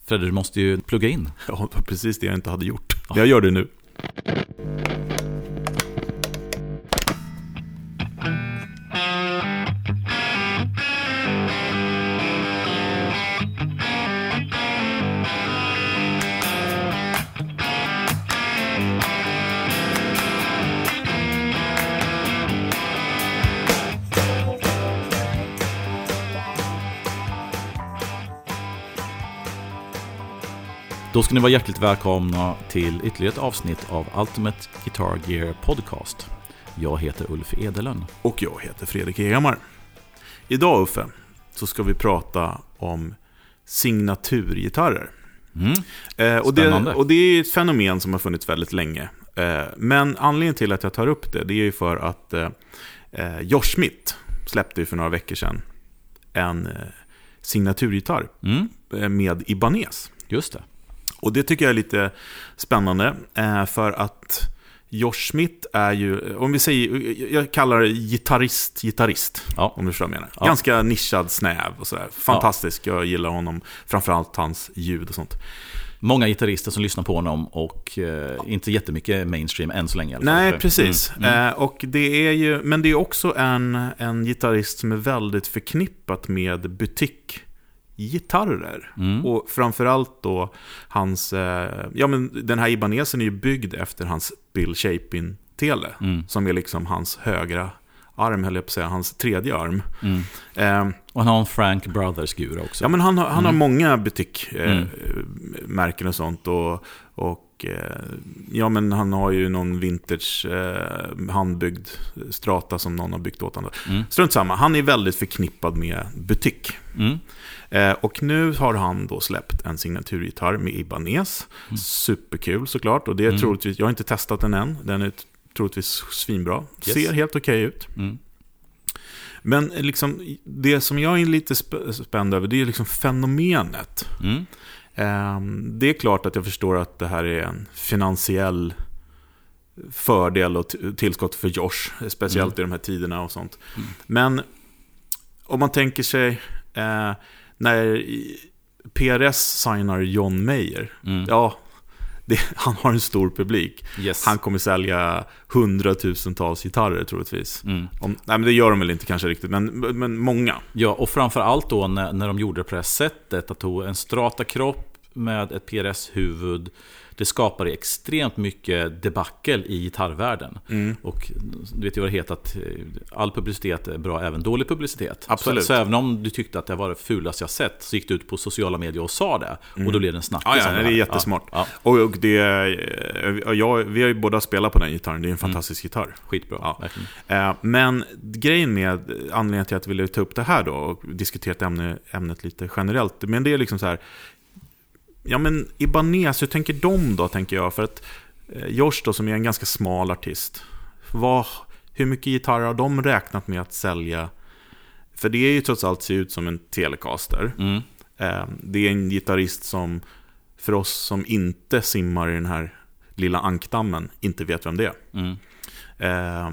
Fredrik, du måste ju plugga in. Ja, precis det jag inte hade gjort. Ja. Jag gör det nu. Då ska ni vara hjärtligt välkomna till ytterligare ett avsnitt av Ultimate Guitar Gear Podcast. Jag heter Ulf Edelön. Och jag heter Fredrik Egamar. Idag, Uffe, så ska vi prata om signaturgitarrer. Och det är ett fenomen som har funnits väldigt länge. Men anledningen till att jag tar upp det är ju för att Josh Smith släppte ju för några veckor sedan en signaturgitarr med Ibanez. Just det. Och det tycker jag är lite spännande för att Josh Smith är ju, om vi säger, jag kallar det gitarrist, ja. Om du förstår vad jag menar. Ja. Ganska nischad, snäv och sådär. Fantastisk, jag gillar honom, framförallt hans ljud och sånt. Många gitarrister som lyssnar på honom och inte jättemycket mainstream än så länge. Nej, precis. Och det är ju, men det är också en gitarrist som är väldigt förknippat med butikgitarrer. Och framförallt då hans den här Ibanesen är ju byggd efter hans Bill Chapin-tele som är liksom hans högra arm, höll jag på att säga, hans tredje arm. Och han har en Frank Brothers-gura också. Ja, men han har många butikmärken och sånt och ja, men han har ju någon vintage handbyggd strata som någon har byggt åt honom. Strunt samma, han är väldigt förknippad med butik. Och nu har han då släppt en signaturgitarr med Ibanez. Superkul såklart, och det är troligtvis, jag har inte testat den än. Den är troligtvis svinbra. Yes. Ser helt okej ut. Men liksom, det som jag är lite spänd över, det är liksom fenomenet. Det är klart att jag förstår att det här är en finansiell fördel och tillskott för Josh, speciellt i de här tiderna och sånt. Men om man tänker sig när PRS signar John Mayer, ja, han har en stor publik. Yes. Han kommer sälja 100,000-tals gitarrer troligtvis. Nej, men det gör de väl inte kanske riktigt, men många. Ja, och framförallt då när de gjorde det på det här sättet, att ta en strata-kropp med ett PRS-huvud, det skapade extremt mycket debacle i gitarrvärlden. Och du vet ju vad det heter, att all publicitet är bra, även dålig publicitet. Absolut. Så även om du tyckte att det var det fulaste jag sett, så gick du ut på sociala medier och sa det. Och då blev det en snackis. Ja, det är jättesmart. Ja. Och vi har ju båda spelat på den gitarren. Det är en fantastisk gitarr. Skitbra, ja. Verkligen. Men grejen med anledningen till att jag ville ta upp det här då och diskutera ämnet lite generellt, men det är liksom så här. Ja, men Ibanez, hur tänker de då, tänker jag? För att Josh då, som är en ganska smal artist, hur mycket gitarrer har de räknat med att sälja? För det är ju trots allt ser ut som en Telecaster. Det är en gitarrist som, för oss som inte simmar i den här lilla ankdammen, inte vet vem det är.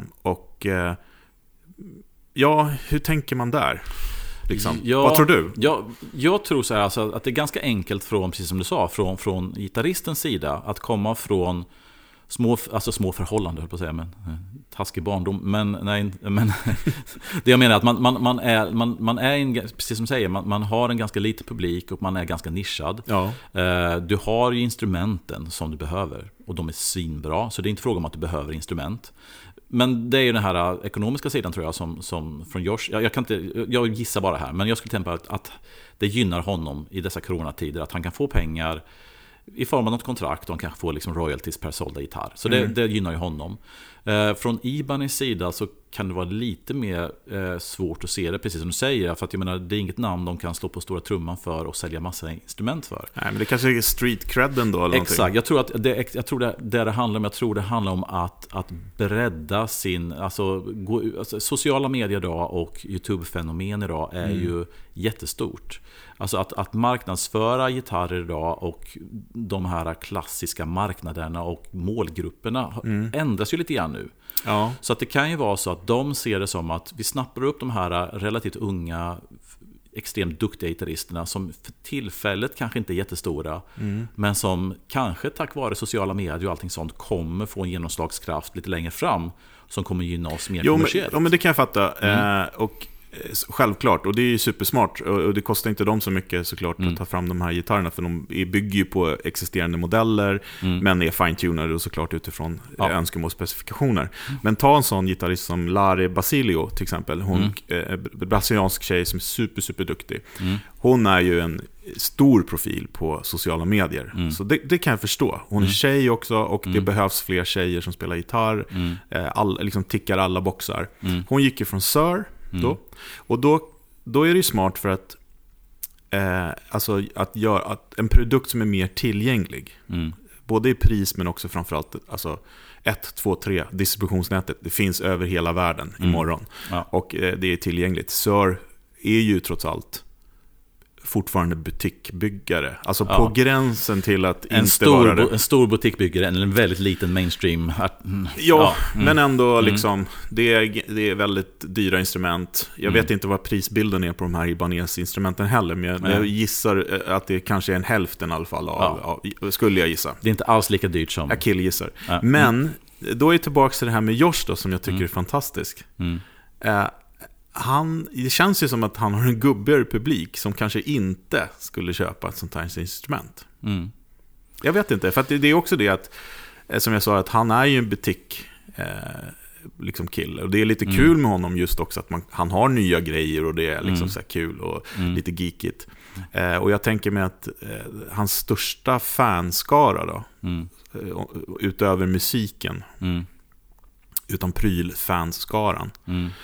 Ja, hur tänker man där? Liksom. Ja, vad tror du? Jag tror så här, alltså, att det är ganska enkelt från, precis som du sa, från gitarristens sida att komma från små förhållanden, höll på att säga, men taskig barndom, men det jag menar är att man är precis som du säger, man har en ganska liten publik och man är ganska nischad. Ja. Du har ju instrumenten som du behöver och de är svinbra, så det är inte fråga om att du behöver instrument. Men det är ju den här ekonomiska sidan, tror jag, som från Josh. Jag gissar bara här, men jag skulle tänka att det gynnar honom i dessa coronatider, att han kan få pengar i form av något kontrakt och han kanske får liksom royalties per sålda gitarr. Så det gynnar ju honom. Från Ibanez sida så kan det vara lite mer svårt att se det, precis som du säger, för att jag menar, det är inget namn de kan slå på stora trumman för och sälja massa instrument för. Nej, men det kanske är street credden då, eller exakt, någonting. Jag tror det handlar om att bredda sin, alltså sociala medier idag och YouTube-fenomen idag är ju jättestort. Alltså att marknadsföra gitarrer idag och de här klassiska marknaderna och målgrupperna ändras ju lite grann nu. Ja. Så att det kan ju vara så att de ser det som att vi snappar upp de här relativt unga extremt duktiga gitarristerna som för tillfället kanske inte är jättestora, men som kanske tack vare sociala medier och allting sånt kommer få en genomslagskraft lite längre fram som kommer gynna oss mer kommersiellt. Men det kan jag fatta. Och självklart, och det är ju supersmart, och det kostar inte dem så mycket såklart att ta fram de här gitarrerna, för de bygger ju på existerande modeller, men är fine-tunade och såklart utifrån önskemål och specifikationer. Men ta en sån gitarrist som Lare Basilio till exempel, hon brasiliansk tjej som är super duktig. Hon är ju en stor profil på sociala medier. Så det kan jag förstå. Hon är tjej också, och det behövs fler tjejer som spelar gitarr. Liksom tickar alla boxar. Hon gick ju från Sir då. Och då är det ju smart för att alltså att göra en produkt som är mer tillgänglig. Både i pris men också framförallt alltså 1, 2, 3 distributionsnätet. Det finns över hela världen imorgon. Och det är tillgängligt. Sir är ju trots allt fortfarande butikbyggare. Alltså på gränsen till att inte vara det. En stor butikbyggare, eller en väldigt liten mainstream. Men ändå liksom, det är väldigt dyra instrument. Jag vet inte vad prisbilden är på de här Ibanez-instrumenten heller, men jag gissar att det kanske är en hälften i alla fall skulle jag gissa. Det är inte alls lika dyrt som... Jag killgissar. Men då är jag tillbaka till det här med Josh då, som jag tycker är fantastisk. Det känns ju som att han har en gubbigare publik som kanske inte skulle köpa ett sånt här instrument. Jag vet inte, för att det är också det att, som jag sa, att han är ju en butik liksom kille, och det är lite kul med honom just också att han har nya grejer, och det är liksom så här kul och lite geekigt. Och jag tänker mig att hans största fanskara då, utöver musiken, utan prylfanskaran,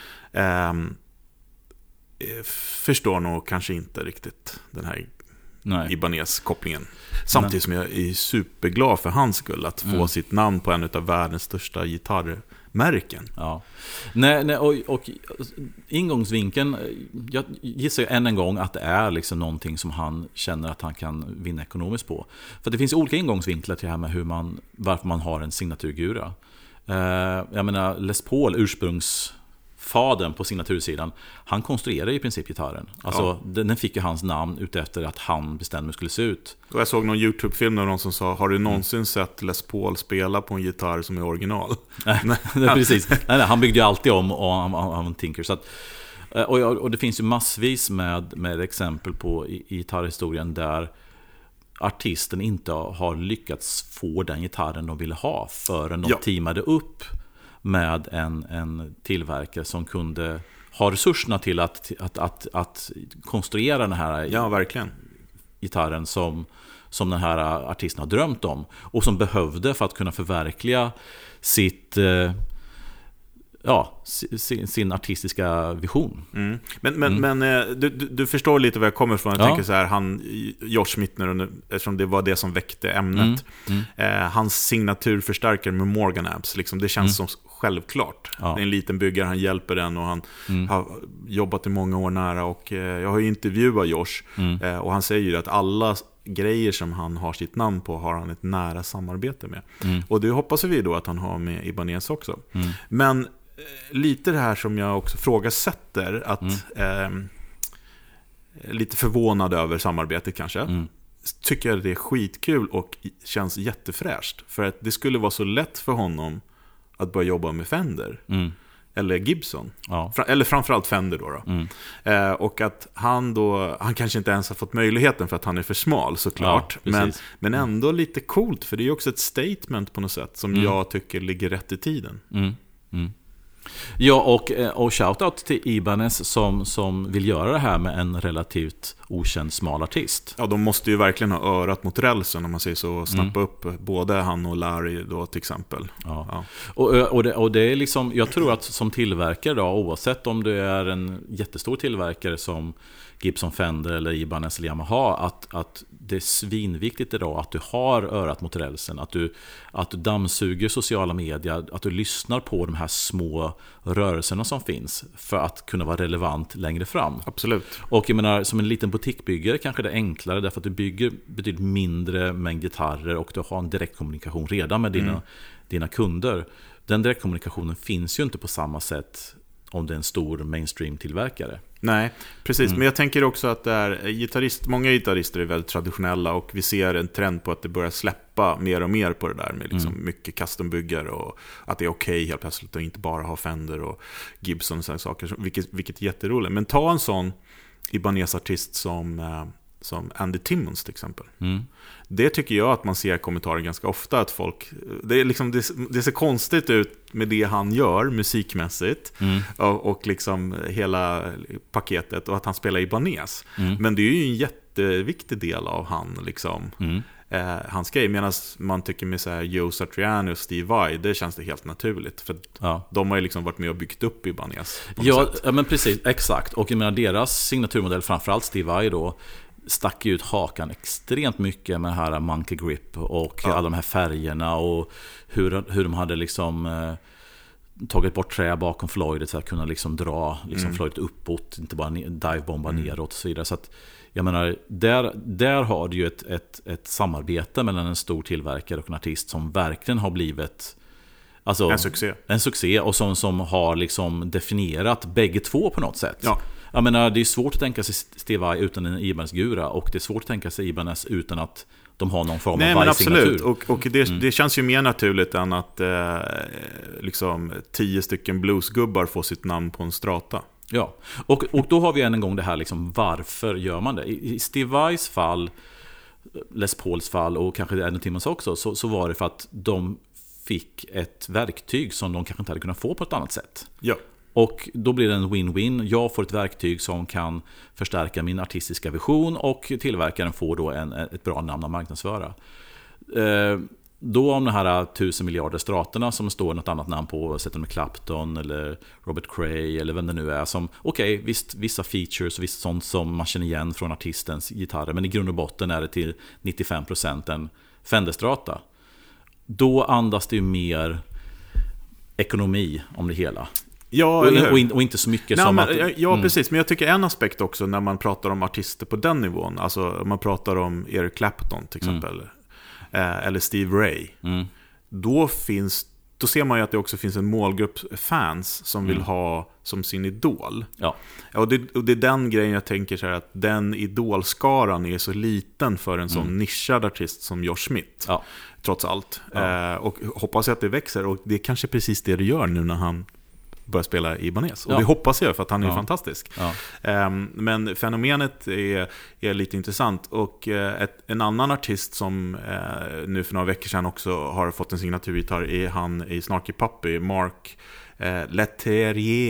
förstår nog kanske inte riktigt den här Ibanez-kopplingen. Samtidigt som jag är superglad för hans skull att få sitt namn på en av världens största gitarrmärken. Ja. Och ingångsvinkeln, jag gissar ju än en gång att det är liksom någonting som han känner att han kan vinna ekonomiskt på. För det finns olika ingångsvinklar till det här med varför man har en signaturgura. Jag menar, Les Paul, ursprungsfadern på signatursidan, han konstruerade i princip gitarren. Alltså, den fick ju hans namn ut efter att han bestämde hur det skulle se ut. Och jag såg någon YouTube-film där någon som sa: har du någonsin sett Les Paul spela på en gitarr som är original? Nej, precis. Nej, han byggde ju alltid om, och han var en tinker. Så att, och det finns ju massvis med exempel på i gitarrhistorien där artisten inte har lyckats få den gitarren de ville ha förrän de teamade upp med en tillverkare som kunde ha resurserna till att konstruera den här verkligen gitarren som den här artisten har drömt om, och som behövde för att kunna förverkliga sin artistiska vision. Men du förstår lite var jag kommer ifrån. Jag tänker så här, Josh Mittner, eftersom det var det som väckte ämnet. Hans signaturförstärkare med Morgan Abs, liksom, det känns som självklart. Det är en liten byggare, han hjälper den, och han har jobbat i många år nära, och jag har ju intervjuat Josh, och han säger ju att alla grejer som han har sitt namn på har han ett nära samarbete med. Och det hoppas vi då att han har med Ibanez också. Men lite det här som jag också frågasätter, att lite förvånad över samarbetet kanske, tycker jag det är skitkul och känns jättefräscht, för att det skulle vara så lätt för honom att börja jobba med Fender eller Gibson, eller framförallt Fender då. Och att han kanske inte ens har fått möjligheten för att han är för smal, såklart, men ändå lite coolt, för det är också ett statement på något sätt som jag tycker ligger rätt i tiden. Ja, och shoutout till Ibanez som vill göra det här med en relativt okänd smal artist. Ja, de måste ju verkligen ha örat mot rälsen, om man säger så, och snappa upp både han och Larry då till exempel. Och det är liksom, jag tror att som tillverkare då, oavsett om du är en jättestor tillverkare som Gibson, Fender eller Ibanez eller Yamaha, att det är svinviktigt idag att du har örat mot rälsen, att du dammsuger sociala medier, att du lyssnar på de här små rörelserna som finns för att kunna vara relevant längre fram. Absolut. Och jag menar, som en liten butikbyggare kanske det är enklare, därför att du bygger betydligt mindre mängd gitarrer och du har en direktkommunikation redan med dina kunder. Den direktkommunikationen finns ju inte på samma sätt om det är en stor mainstream-tillverkare. Nej, precis. Men jag tänker också att det är många gitarrister är väldigt traditionella, och vi ser en trend på att det börjar släppa mer och mer på det där med liksom mycket custombyggare, och att det är okej helt plötsligt att inte bara ha Fender och Gibson och sådana saker, vilket är jätteroligt. Men ta en sån Ibanez-artist som Andy Timmons till exempel. Det tycker jag att man ser kommentarer ganska ofta, att folk, det ser konstigt ut med det han gör musikmässigt och liksom hela paketet, och att han spelar Ibanez. Men det är ju en jätteviktig del av han liksom. Hans grej, medan man tycker med så här Joe Satriani och Steve Vai, det känns det helt naturligt, för de har ju liksom varit med och byggt upp Ibanez på något sätt. Ja, men precis, exakt. Och jag menar, deras signaturmodell, framförallt Steve Vai då, stack ut hakan extremt mycket med det här monkey grip och alla de här färgerna, och hur de hade liksom tagit bort trä bakom Floydet för att kunna liksom dra liksom Floydet uppåt, inte bara divebomba neråt och så vidare. Så att jag menar, där har du ju ett samarbete mellan en stor tillverkare och en artist som verkligen har blivit alltså en succé, och som har liksom definierat bägge två på något sätt. Jag menar, det är svårt att tänka sig Steve Vai utan en Ibanez-gura, och det är svårt att tänka sig Ibanez utan att de har någon form av Vai-signatur. Och det känns ju mer naturligt än att liksom 10 stycken bluesgubbar får sitt namn på en strata. Ja, och då har vi än en gång det här liksom, varför gör man det? I Steve Vais fall, Les Pauls fall och kanske Andy Timmons också, så var det för att de fick ett verktyg som de kanske inte hade kunnat få på ett annat sätt. Ja. Och då blir det en win-win. Jag får ett verktyg som kan förstärka min artistiska vision, och tillverkaren får då ett bra namn att marknadsföra. Då om de här 1000 miljarder straterna som står något annat namn på, sätter med Clapton eller Robert Cray eller vem det nu är, som visst, vissa features och visst sånt som man känner igen från artistens gitarrer, men i grund och botten är det till 95% en Fender-strata. Då andas det ju mer ekonomi om det hela. Ja, och inte så mycket som att... Ja, precis. Men jag tycker en aspekt också när man pratar om artister på den nivån, alltså om man pratar om Eric Clapton till exempel, eller Steve Ray, då ser man ju att det också finns en målgrupp fans som vill ha som sin idol. Ja. Och det är den grejen jag tänker så här, att den idolskaran är så liten för en sån nischad artist som Josh Smith, trots allt. Och hoppas jag att det växer, och det är kanske precis det gör nu när han börja spela Ibanez. Och det hoppas jag, för att han är fantastisk. Men fenomenet är lite intressant. Och en annan artist som nu för några veckor sedan också har fått en signaturgitarr är han i Snarky Puppy, Mark Lettieri.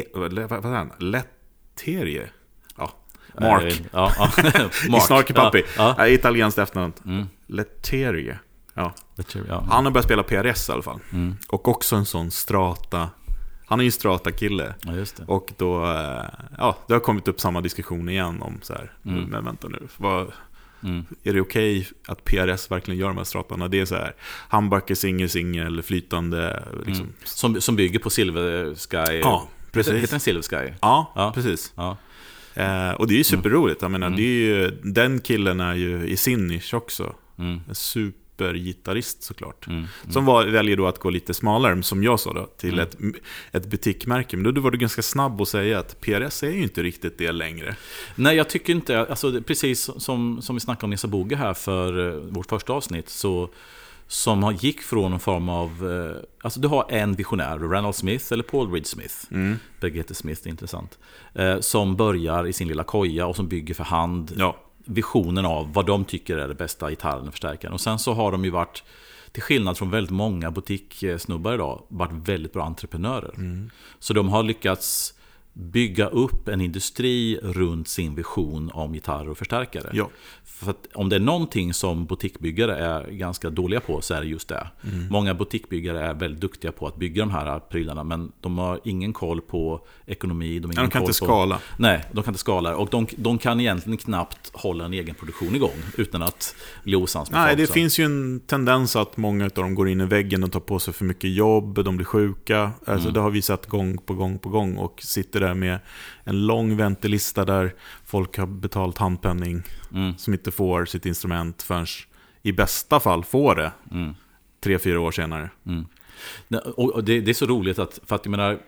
Ja, Mark. I Snarky Puppy. Italienskt efternamn. Lettieri. Ja. Han har börjat spela PRS i alla fall. Och också en sån strata. Han är ju strata-kille. Ja, just det. Och då det har kommit upp samma diskussion igen om så här, men vänta nu, är det okej att PRS verkligen gör de här stratarna? Det är så här humbucker, singel, flytande liksom. Som bygger på Silver Sky. Ja, precis. Heter den Silver Sky? Ja, precis. Ja. Och det är ju superroligt. Jag menar, det är ju, den killen är ju i sin nisch också. Supergitarrist såklart. Som väljer då att gå lite smalare, som jag sa då, till ett butikmärke. Men då var du ganska snabb att säga att PRS är ju inte riktigt det längre. Nej, jag tycker inte, alltså precis som vi snackade om Nissa Boge här för vårt första avsnitt, så som gick från en form av, alltså du har en visionär, Randall Smith eller Paul Reed Smith, Bägge heter Smith, intressant, som börjar i sin lilla koja och som bygger för hand visionen av vad de tycker är det bästa gitarren och förstärkaren. Och sen så har de ju varit, till skillnad från väldigt många butiksnubbar idag, varit väldigt bra entreprenörer. Så de har lyckats bygga upp en industri runt sin vision om gitarr och förstärkare. Ja. För att om det är någonting som butikbyggare är ganska dåliga på, så är det just det. Många butikbyggare är väldigt duktiga på att bygga de här prylarna, men de har ingen koll på ekonomi. De kan inte skala. Nej, de kan inte skala. Och de kan egentligen knappt hålla en egen produktion igång utan att bli osams med folk. Det finns ju en tendens att många av dem går in i väggen och tar på sig för mycket jobb, de blir sjuka. Alltså, det har vi sett gång på gång och sitter där med en lång väntelista där folk har betalt handpenning som inte får sitt instrument förrän i bästa fall får det 3-4 år senare. Och det är så roligt att, för att jag menar,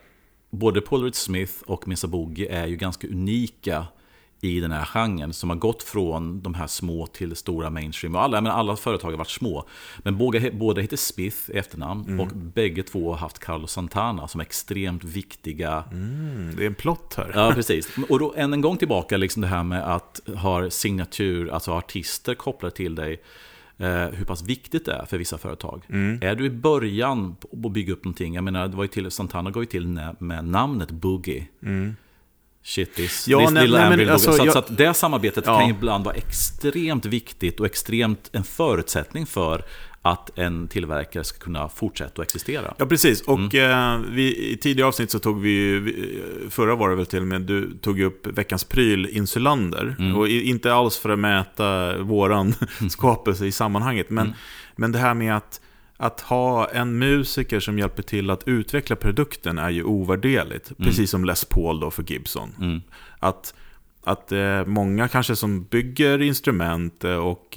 både Paul Reed Smith och Mesa Boogie är ju ganska unika i den här genren, som har gått från de här små till stora mainstream. Och alla företag har varit små. Men båda heter Smith i efternamn, och bägge två har haft Carlos Santana som extremt viktiga. Det är en plott här. Ja, precis. Och då än en gång tillbaka liksom det här med att ha signatur, alltså artister kopplade till dig, hur pass viktigt det är för vissa företag. Är du i början på att bygga upp någonting, jag menar, det var ju till, Santana går ju till med namnet Boogie. Shitis, så att det samarbetet kan ibland vara extremt viktigt och extremt en förutsättning för att en tillverkare ska kunna fortsätta att existera. Ja, precis. Och i tidigare avsnitt så tog vi, förra var det väl till och med, du tog upp veckans pryl Insulander. Och inte alls för att mäta våran skapelse i sammanhanget, men det här med att ha en musiker som hjälper till att utveckla produkten är ju ovärderligt. Precis som Les Paul då för Gibson. Att många kanske som bygger instrument och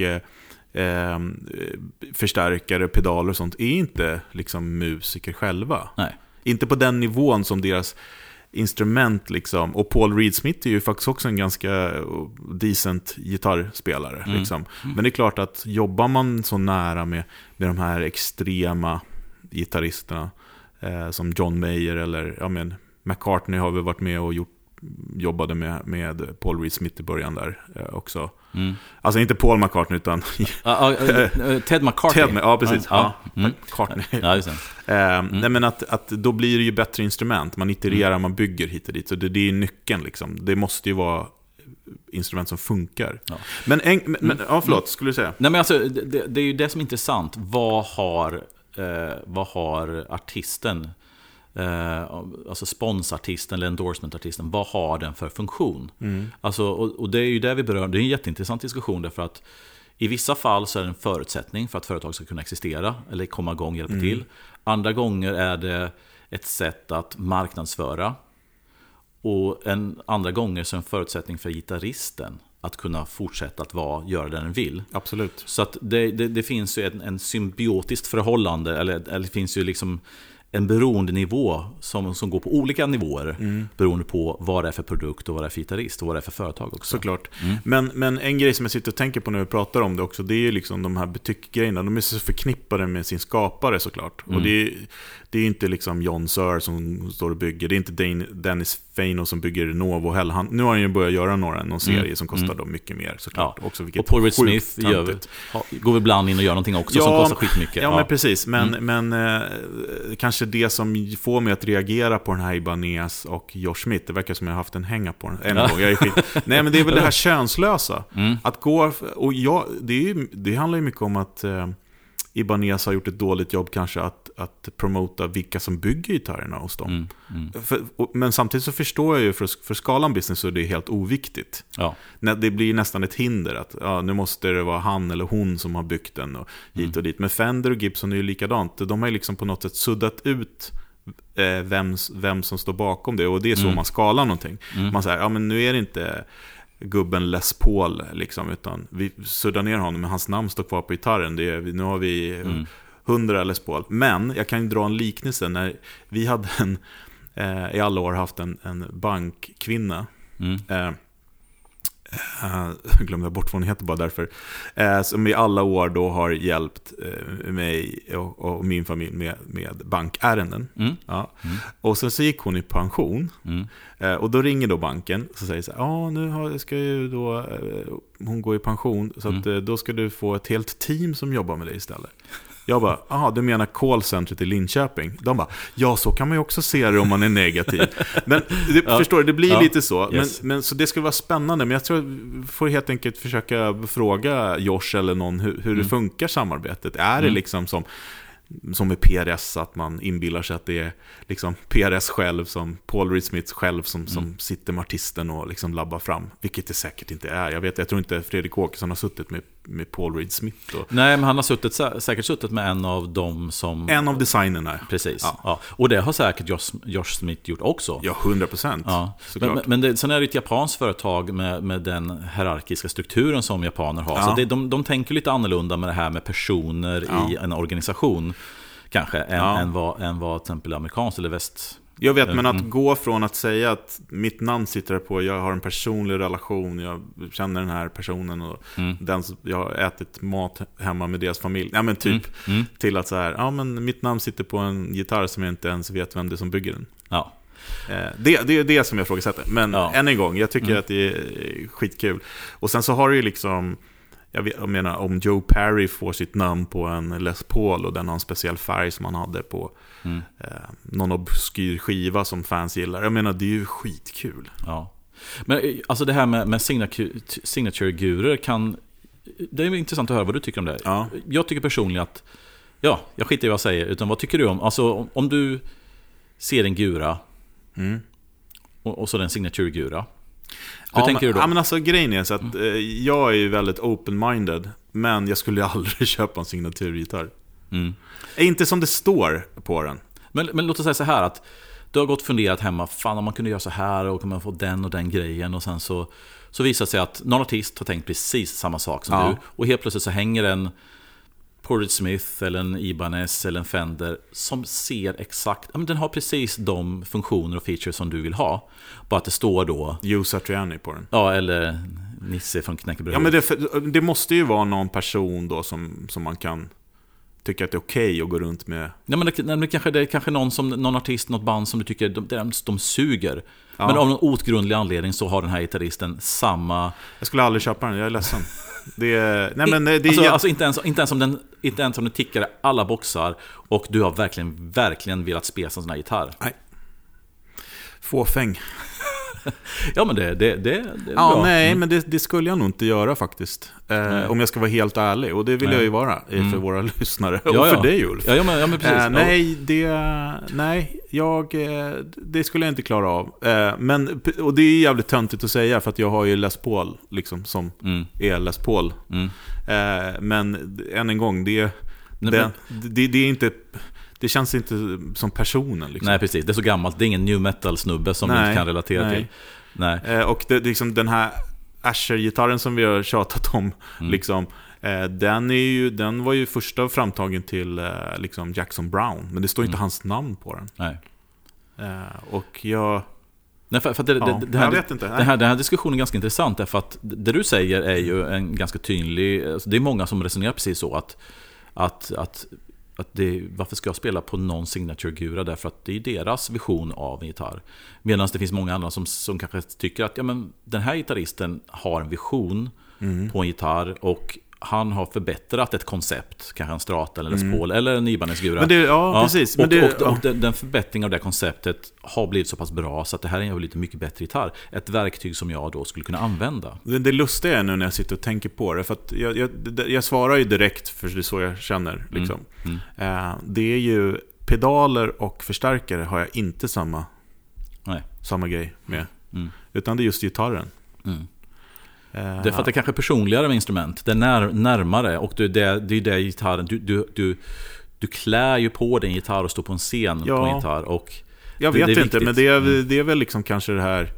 förstärkare, pedaler och sånt är inte liksom musiker själva. Nej. Inte på den nivån som deras instrument liksom. Och Paul Reed Smith är ju faktiskt också en ganska decent gitarrspelare liksom. Men det är klart att jobbar man så nära med de här extrema gitarristerna som John Mayer eller McCartney har väl varit med och jobbade med Paul Reed Smith i början där också. Alltså inte Paul McCartney utan Ted McCartney. Ja, precis. McCartney. Nej, men att då blir det ju bättre instrument. Man itererar, man bygger hit och dit. Så det är nyckeln liksom. Det måste ju vara instrument som funkar. Ja. Men förlåt, skulle du säga? Nej, men alltså, det är ju det som är intressant. Vad har artisten, alltså sponsartisten eller endorsementartisten, vad har den för funktion? Alltså, och det är ju det vi berör. Det är en jätteintressant diskussion, därför att i vissa fall så är det en förutsättning för att företag ska kunna existera eller komma igång och hjälpa till. Andra gånger är det ett sätt att marknadsföra, och andra gånger så är det en förutsättning för gitarristen att kunna fortsätta att göra det den vill. Absolut. Så att det finns ju en symbiotiskt förhållande, eller det finns ju liksom en beroendenivå som går på olika nivåer beroende på vad det är för produkt och vad det är för gitarrist och vad det är för företag också. Såklart. Men en grej som jag sitter och tänker på när vi pratar om det också, det är ju liksom de här butikgrejerna. De är så förknippade med sin skapare såklart. Och det är inte liksom John Sir som står och bygger. Det är inte Dennis Feino som bygger Novo heller. Nu har han ju börjat göra någon serie som kostar då mycket mer såklart. Ja. Också, och Paul Reed Smith går vi ibland in och gör någonting också som kostar skitmycket. Ja, men precis. Men kanske det som får mig att reagera på den här Ibanez och Josh Smith, det verkar som jag har haft en hänga på den en gång. Nej, men det är väl det här könslösa. Att gå, och det handlar ju mycket om att Ibanez har gjort ett dåligt jobb kanske att promota vilka som bygger gitarrerna hos dem. Men samtidigt så förstår jag ju för skalan business så är det helt oviktigt. Ja. Det blir nästan ett hinder att nu måste det vara han eller hon som har byggt den och hit och dit. Men Fender och Gibson är ju likadant. De har ju liksom på något sätt suddat ut vem som står bakom det, och det är så man skalar någonting. Man säger, men nu är det inte gubben Les Paul liksom, utan vi suddar ner honom, men hans namn står kvar på gitarren. Nu har vi 100 Les Paul. Men jag kan ju dra en liknelse. När vi hade i alla år haft en bankkvinna, jag glömde bort vad hon heter bara därför, som i alla år då har hjälpt mig och min familj med bankärenden. Och sen så gick hon i pension, och då ringer då banken och säger så här, nu ska ju då hon gå i pension, så att då ska du få ett helt team som jobbar med dig istället. Jag bara, du menar callcentret i Linköping? De bara, ja, så kan man ju också se det om man är negativ. Men förstår du, det blir lite så. Yes. Men så det skulle vara spännande. Men jag tror jag får helt enkelt försöka fråga Josh eller någon hur det funkar samarbetet. Är det liksom som med PRS, att man inbillar sig att det är liksom PRS själv, som Paul Reed Smith själv som sitter med artisten och liksom labbar fram, vilket det säkert inte är. Jag tror inte Fredrik Åkesson har suttit med Paul Reed Smith. Nej, men han har säkert suttit med en av dem som... En av designerna. Precis. Ja. Och det har säkert Josh Smith gjort också. Ja, 100%. Ja. Men sen är det ett japanskt företag med den hierarkiska strukturen som japaner har. Så de tänker lite annorlunda med det här med personer i en organisation kanske än vad till exempel amerikanskt eller Jag vet, men att gå från att säga att mitt namn sitter på, jag har en personlig relation, jag känner den här personen och den som jag har ätit mat hemma med deras familj. Ja, men typ till att så här, ja men mitt namn sitter på en gitarr som jag inte ens vet vem det är som bygger den. Ja. Det är det som jag frågasätter. Men än en gång, jag tycker att det är skitkul. Och sen så har det ju liksom, jag menar, om Joe Perry får sitt namn på en Les Paul och den har en speciell färg som han hade på någon obskyr skiva som fans gillar. Jag menar, det är ju skitkul. Ja. Men alltså det här med signature-gurer det är intressant att höra vad du tycker om det. Ja. Jag tycker personligen att jag skiter i vad jag säger, utan vad tycker du om, alltså om du ser en gura och så den signature-gura. Hur tänker du då? Ja, men alltså grejen är så att jag är ju väldigt open-minded, men jag skulle aldrig köpa en signaturgitarr. Inte som det står på den. Men låt oss säga så här att du har gått funderat hemma, fan om man kunde göra så här och kan man få den och den grejen, och sen så visar det sig att någon artist har tänkt precis samma sak som du, och helt plötsligt så hänger en Portage Smith eller en Ibanez eller en Fender som ser exakt, ja, men den har precis de funktioner och features som du vill ha, bara att det står då Joe Satriani på den. Ja, eller Nisse från Knäckebröd. Ja, men det måste ju vara någon person då som man kan tycka att det är okej att gå runt med. Ja, men det kanske någon artist, något band som du tycker de suger. Ja. Men av någon outgrundlig anledning så har den här gitarristen samma. Jag skulle aldrig köpa den, jag är ledsen. Inte ens om den tickar alla boxar och du har verkligen velat spela en sån här gitarr. Nej. Fåfäng. Ja, men det är ja, bra. Nej, men det skulle jag nog inte göra faktiskt. Om jag ska vara helt ärlig. Och det vill jag ju vara för våra lyssnare. Och för dig, Ulf. Ja, men precis. Det skulle jag inte klara av. Och det är jävligt töntigt att säga, för att jag har ju Les Paul liksom, som är Les Paul. Men än en gång, det är inte... Det känns inte som personen liksom. Nej, precis. Det är så gammalt. Det är ingen new metal-snubbe som vi inte kan relatera till. Nej. Och det, liksom, den här Asher-gitarren som vi har tjatat om liksom, den var ju första framtagen till liksom Jackson Brown. Men det står inte hans namn på den. Nej. Och jag... Nej, för jag vet inte. Den här diskussionen är ganska intressant, därför att det du säger är ju en ganska tydlig... Alltså, det är många som resonerar precis så att varför ska jag spela på någon signature-gura? Därför att det är deras vision av en gitarr. Medan det finns många andra som kanske tycker att den här gitarristen har en vision på en gitarr, och han har förbättrat ett koncept, kanske en Strata eller en Les Paul eller en Ibanez-gura. Precis. Och den förbättringen av det konceptet har blivit så pass bra så att det här är en lite mycket bättre gitarr. Ett verktyg som jag då skulle kunna använda. Det lustiga är nu när jag sitter och tänker på det, för att jag svarar ju direkt, för det är så jag känner liksom. Det är ju pedaler och förstärkare har jag inte samma grej med. Utan det är just gitarren. Det är för att det kanske är personligare med instrument. Det är närmare, och det är det gitarren. Du klär ju på din gitarr och står på en scen på en gitarr. Och jag vet inte, men det är väl liksom kanske det här.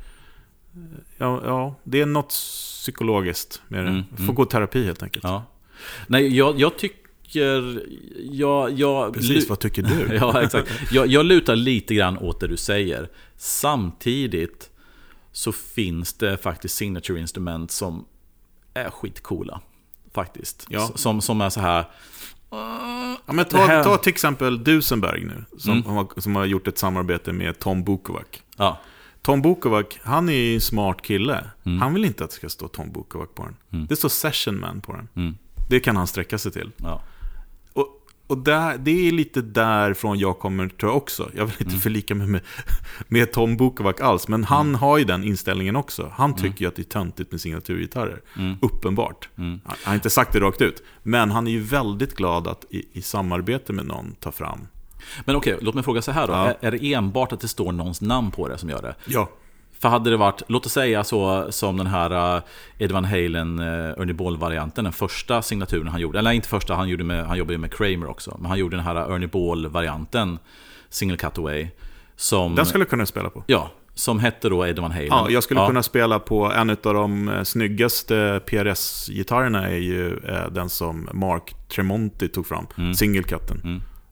Ja, det är något psykologiskt med det. Får gå terapi helt enkelt. Ja. Nej, jag tycker... Precis, vad tycker du? Ja, exakt. Jag lutar lite grann åt det du säger. Samtidigt så finns det faktiskt signature-instrument som är skitcoola faktiskt. Ja. Som är så här... Ja, men ta till exempel Duesenberg nu, som har gjort ett samarbete med Tom Bukovac. Ja. Tom Bukovac, han är ju en smart kille. Han vill inte att det ska stå Tom Bukovac på den. Det står Session Man på den. Det kan han sträcka sig till. Ja. Och det är lite därifrån jag kommer, tror jag också. Jag vill inte förlika mig med Tom Bukovac alls, men han har ju den inställningen också. Han tycker ju att det är töntigt med signaturgitarrer. Uppenbart. Han har inte sagt det rakt ut, men han är ju väldigt glad att i samarbete med någon ta fram. Men okej, låt mig fråga så här då. Ja. Är det enbart att det står någons namn på det som gör det? Ja. För hade det varit, låt oss säga så som den här Ed Van Halen Ernie Ball-varianten, den första signaturen han gjorde, eller inte första, han jobbade med Kramer också, men han gjorde den här Ernie Ball-varianten, Single Cutaway, som... Den skulle kunna spela på. Ja, som hette då Ed Van Halen. Ja, jag skulle kunna spela på en av de snyggaste PRS-gitarrerna är ju den som Mark Tremonti tog fram, Single Cutten.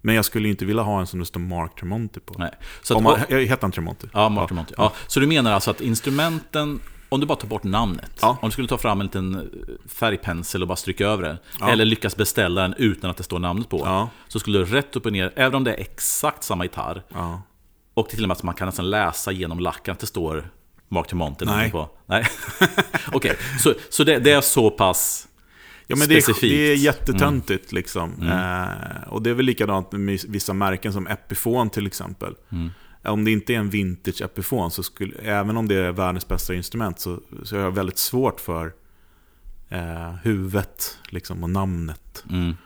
Men jag skulle inte vilja ha en som det står Mark Tremonti på. Nej. Så att, heter han Tremonti? Ja, Mark Tremonti. Ja. Så du menar alltså att instrumenten, om du bara tar bort namnet, om du skulle ta fram en liten färgpensel och bara stryka över den, eller lyckas beställa den utan att det står namnet på, så skulle du rätt upp och ner, även om det är exakt samma gitarr, och till och med att man kan nästan läsa genom lacken att det står Mark Tremonti på. Nej. Okej, så det är så pass specifikt. Det är jättetöntigt liksom. Och det är väl likadant med vissa märken som Epiphone till exempel. Om det inte är en vintage Epiphone, så skulle, även om det är världens bästa instrument, så är jag väldigt svårt för huvudet liksom, och namnet.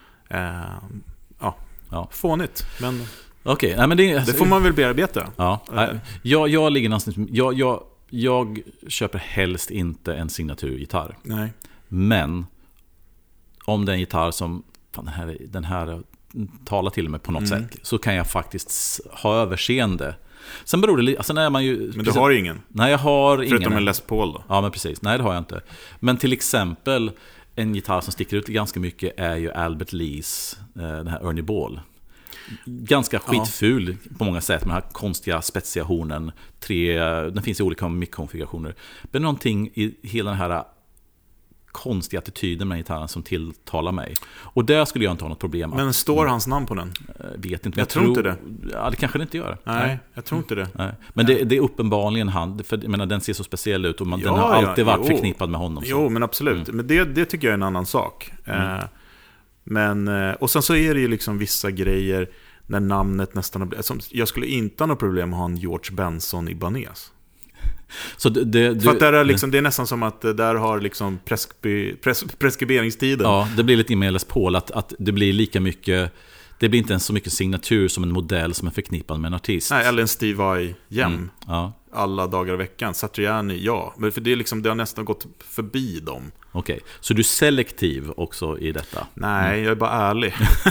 Fånigt, men okej, nej, men det får man väl bearbeta. Jag ligger någonstans, jag köper helst inte en signaturgitarr. Nej. Men om det är en gitarr som den här talar till mig på något sätt, så kan jag faktiskt ha överseende. Sen beror det alltså när man ju... Men du har ingen? Nej, jag har ingen. Förutom en Les Paul då? Ja, men precis. Nej, det har jag inte. Men till exempel en gitarr som sticker ut ganska mycket är ju Albert Lees, den här Ernie Ball. Ganska skitful på många sätt, med den här konstiga spetsiga hornen. Den finns i olika mickkonfigurationer. Men någonting i hela den här konstiga attityden med gitarren som tilltalar mig. Och där skulle jag inte ha något problem. Men står hans namn på den? Vet inte. Jag tror inte det. Ja, det kanske det inte gör. Nej, jag tror inte det. Nej. Men det är uppenbarligen han. För jag menar, den ser så speciell ut och den har alltid varit förknippad med honom. Jo, men absolut. Men det tycker jag är en annan sak. Men, och sen så är det ju liksom vissa grejer när namnet nästan har blivit... Jag skulle inte ha något problem att ha en George Benson Ibanez. Så för att där är liksom, det är nästan som att där har liksom preskriberingstiden. Ja, det blir lite i med Les Paul att det blir lika mycket. Det blir inte ens så mycket signatur som en modell som är förknippad med en artist. Nej, eller en Steve Vai alla dagar i veckan. Satriani, men för det är liksom, det har nästan gått förbi dem. Okej, så du är selektiv också i detta? Nej, jag är bara ärlig.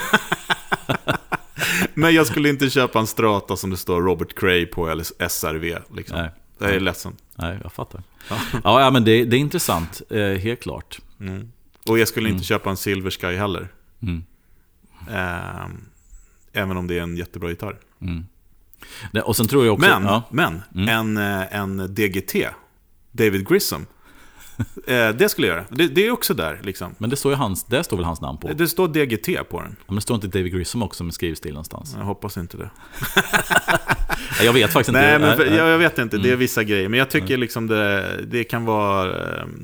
Men jag skulle inte köpa en Strata som det står Robert Cray på eller SRV liksom. Nej. Det är ledsen. Nej, jag fattar. Ja, men det är intressant, helt klart. Och jag skulle inte köpa en Silver Sky heller. Även om det är en jättebra gitarr. Och sen tror jag också... En DGT, David Grissom, det skulle jag göra. Det är också där liksom. Men det står väl hans namn på? Det står DGT på den. Men det står inte David Grissom också med skrivstil någonstans? Jag hoppas inte det. Jag vet faktiskt inte. Nej, men jag vet inte. Det är vissa grejer. Men jag tycker liksom det kan vara...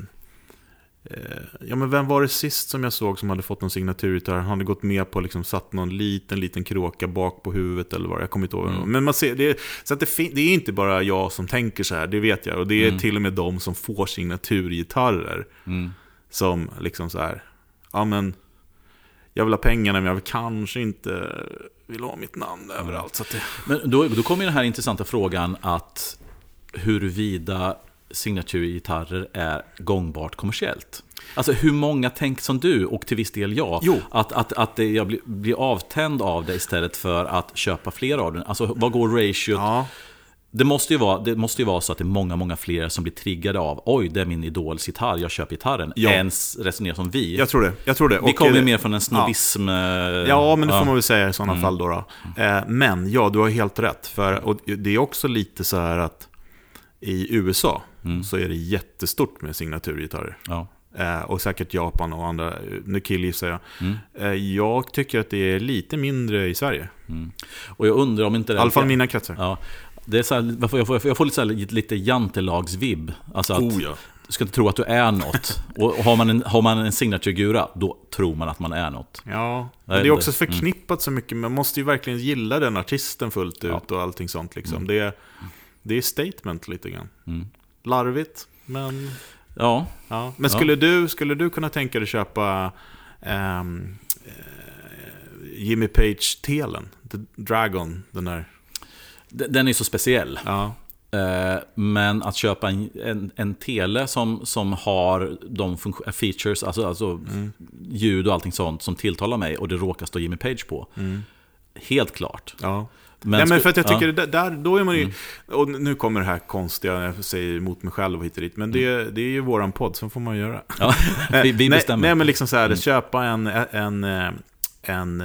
men vem var det sist som jag såg som hade fått någon signaturgitarr? Han hade gått med på liksom, satt någon liten kråka bak på huvudet eller vad, jag kommer inte ihåg. Men man ser så att det är inte bara jag som tänker så här, det vet jag. Och det är till och med de som får signaturgitarrer som liksom så här, men jag vill ha pengarna, men jag vill kanske inte vill ha mitt namn överallt. Så att Men då kommer den här intressanta frågan att huruvida signaturgitarrer är gångbart kommersiellt. Alltså hur många tänker som du, och till viss del att jag blir avtänd av det istället för att köpa fler av den. Alltså vad går ratiot? Det måste ju vara så att det är många fler som blir triggade av det är min idols gitarr, jag köper gitarren, ens resonerar som vi. Jag tror det. Vi kommer mer från en snobbism. Ja, men det får man väl säga i sådana fall då. Men du har helt rätt, och det är också lite så här att i USA så är det jättestort med signaturgitarrer. Och säkert Japan och andra. Nu killgissar jag. Jag tycker att det är lite mindre i Sverige. Och jag undrar om inte det... I alla fall mina kretsar. Det är så här, jag får lite, så här, lite jantelagsvibb. Alltså att du ska inte tro att du är något. Och har man en signaturgura, då tror man att man är något. Ja, men det är också förknippat så mycket. Man måste ju verkligen gilla den artisten fullt ut och allting sånt liksom. Det är statement lite grann. Larvigt, men... Ja. Men skulle du kunna tänka dig köpa Jimmy Page-telen, The Dragon, den där? Den är så speciell. Men att köpa en tele som har de features, alltså ljud och allting sånt som tilltalar mig, och det råkar stå Jimmy Page på. Helt klart. Men för att jag tycker då är man ju, och nu kommer det här konstiga, jag säger emot mig själv och hit och dit, men det är ju våran podd, så får man göra. Vi bestämmer. Nej, men liksom så här, köpa en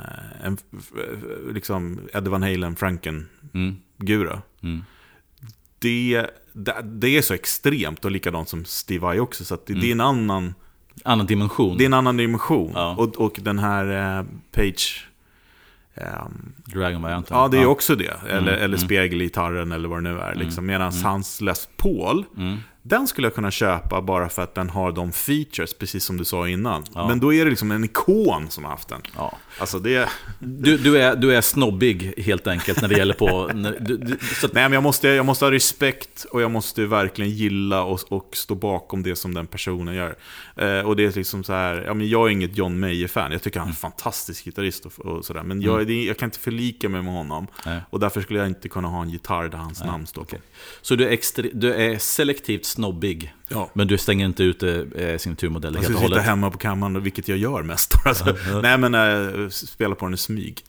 liksom Eddie Van Halen Franken-gura. Det är så extremt, och likadant som Steve Vai också, så att det är en annan dimension. Det är en annan dimension. Ja. Och den här Page Dragon-varianten. Ja, det är också det. Eller spegelgitarren eller vad det nu är. Liksom. Medan hans Les Paul, den skulle jag kunna köpa bara för att den har de features, precis som du sa innan. Ja. Men då är det liksom en ikon som har haft den. Ja. Alltså det... du är snobbig helt enkelt när det gäller på... Nej, men jag måste ha respekt, och jag måste verkligen gilla och stå bakom det som den personen gör. Och det är liksom så här... Ja, men jag är inget John Mayer-fan. Jag tycker han är en fantastisk gitarrist och sådär. Men jag kan inte förlika mig med honom. Nej. Och därför skulle jag inte kunna ha en gitarr där hans namn står på. Så du är selektivt snobbig, men du stänger inte ut signaturmodeller helt och hållet. Jag sitter hemma på kammaren, vilket jag gör mest. Alltså. Nej, men spela på den i smyg.